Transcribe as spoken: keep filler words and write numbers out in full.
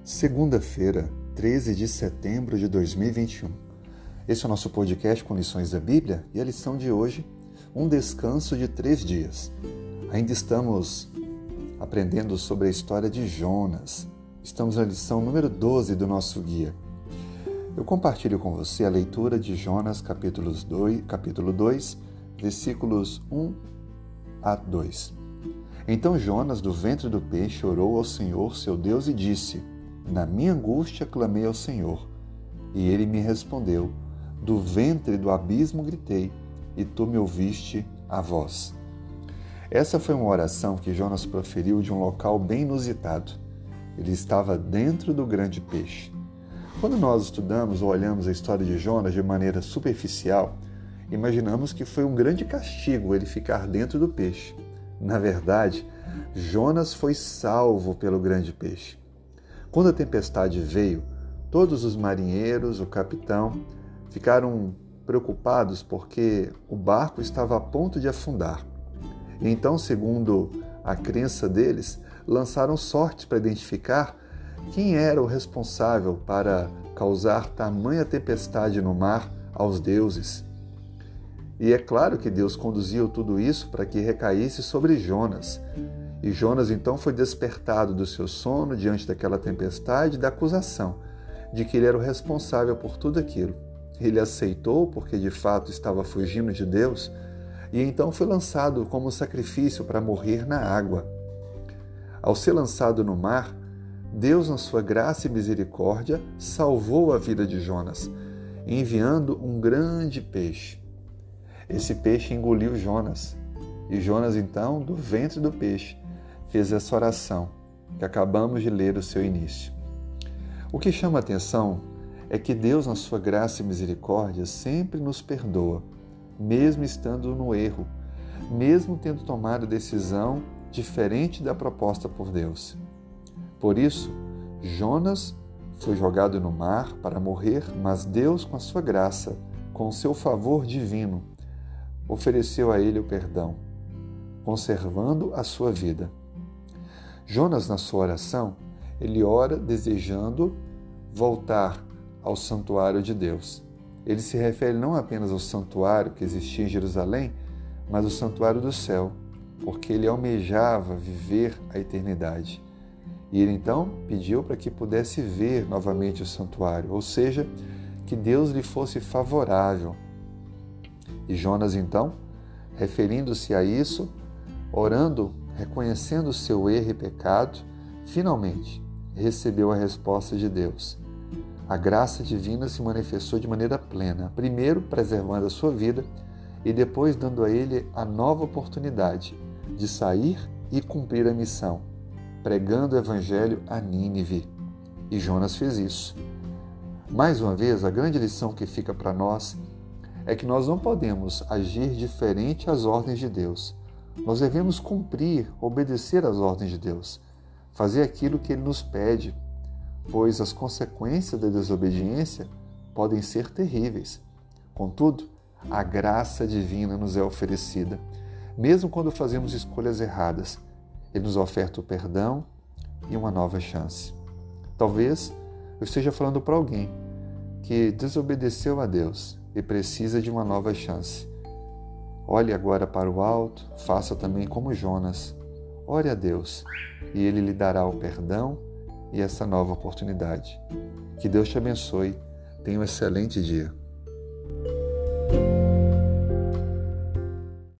Segunda-feira, treze de setembro de dois mil e vinte e um. Esse é o nosso podcast com lições da Bíblia e a lição de hoje, um descanso de três dias. Ainda estamos aprendendo sobre a história de Jonas. Estamos na lição número doze do nosso guia. Eu compartilho com você a leitura de Jonas, capítulos dois, capítulo dois, versículos um a dois. Então Jonas, do ventre do peixe, orou ao Senhor, seu Deus, e disse: Na minha angústia clamei ao Senhor, e ele me respondeu. Do ventre do abismo gritei, e tu me ouviste a voz. Essa foi uma oração que Jonas proferiu de um local bem inusitado. Ele estava dentro do grande peixe. Quando nós estudamos ou olhamos a história de Jonas de maneira superficial, imaginamos que foi um grande castigo ele ficar dentro do peixe. Na verdade, Jonas foi salvo pelo grande peixe. Quando a tempestade veio, todos os marinheiros, o capitão, ficaram preocupados porque o barco estava a ponto de afundar. Então, segundo a crença deles, lançaram sortes para identificar quem era o responsável para causar tamanha tempestade no mar aos deuses. E é claro que Deus conduziu tudo isso para que recaísse sobre Jonas. E Jonas então foi despertado do seu sono diante daquela tempestade e da acusação de que ele era o responsável por tudo aquilo. Ele aceitou porque de fato estava fugindo de Deus e então foi lançado como sacrifício para morrer na água. Ao ser lançado no mar, Deus, na sua graça e misericórdia, salvou a vida de Jonas, enviando um grande peixe. Esse peixe engoliu Jonas e Jonas então, do ventre do peixe, fez essa oração que acabamos de ler o seu início. O que chama a atenção é que Deus, na sua graça e misericórdia, sempre nos perdoa, mesmo estando no erro, mesmo tendo tomado decisão diferente da proposta por Deus. Por isso, Jonas foi jogado no mar para morrer, mas Deus, com a sua graça, com o seu favor divino, ofereceu a ele o perdão, conservando a sua vida. Jonas, na sua oração, ele ora desejando voltar ao santuário de Deus. Ele se refere não apenas ao santuário que existia em Jerusalém, mas ao santuário do céu, porque ele almejava viver a eternidade. E ele então pediu para que pudesse ver novamente o santuário, ou seja, que Deus lhe fosse favorável. E Jonas então, referindo-se a isso, orando, reconhecendo o seu erro e pecado, finalmente recebeu a resposta de Deus. A graça divina se manifestou de maneira plena, primeiro preservando a sua vida e depois dando a ele a nova oportunidade de sair e cumprir a missão, pregando o evangelho a Nínive. E Jonas fez isso. Mais uma vez, a grande lição que fica para nós é que nós não podemos agir diferente às ordens de Deus. Nós devemos cumprir, obedecer às ordens de Deus, fazer aquilo que Ele nos pede, pois as consequências da desobediência podem ser terríveis. Contudo, a graça divina nos é oferecida. Mesmo quando fazemos escolhas erradas, Ele nos oferta o perdão e uma nova chance. Talvez eu esteja falando para alguém que desobedeceu a Deus e precisa de uma nova chance. Olhe agora para o alto, faça também como Jonas. Ore a Deus e Ele lhe dará o perdão e essa nova oportunidade. Que Deus te abençoe. Tenha um excelente dia.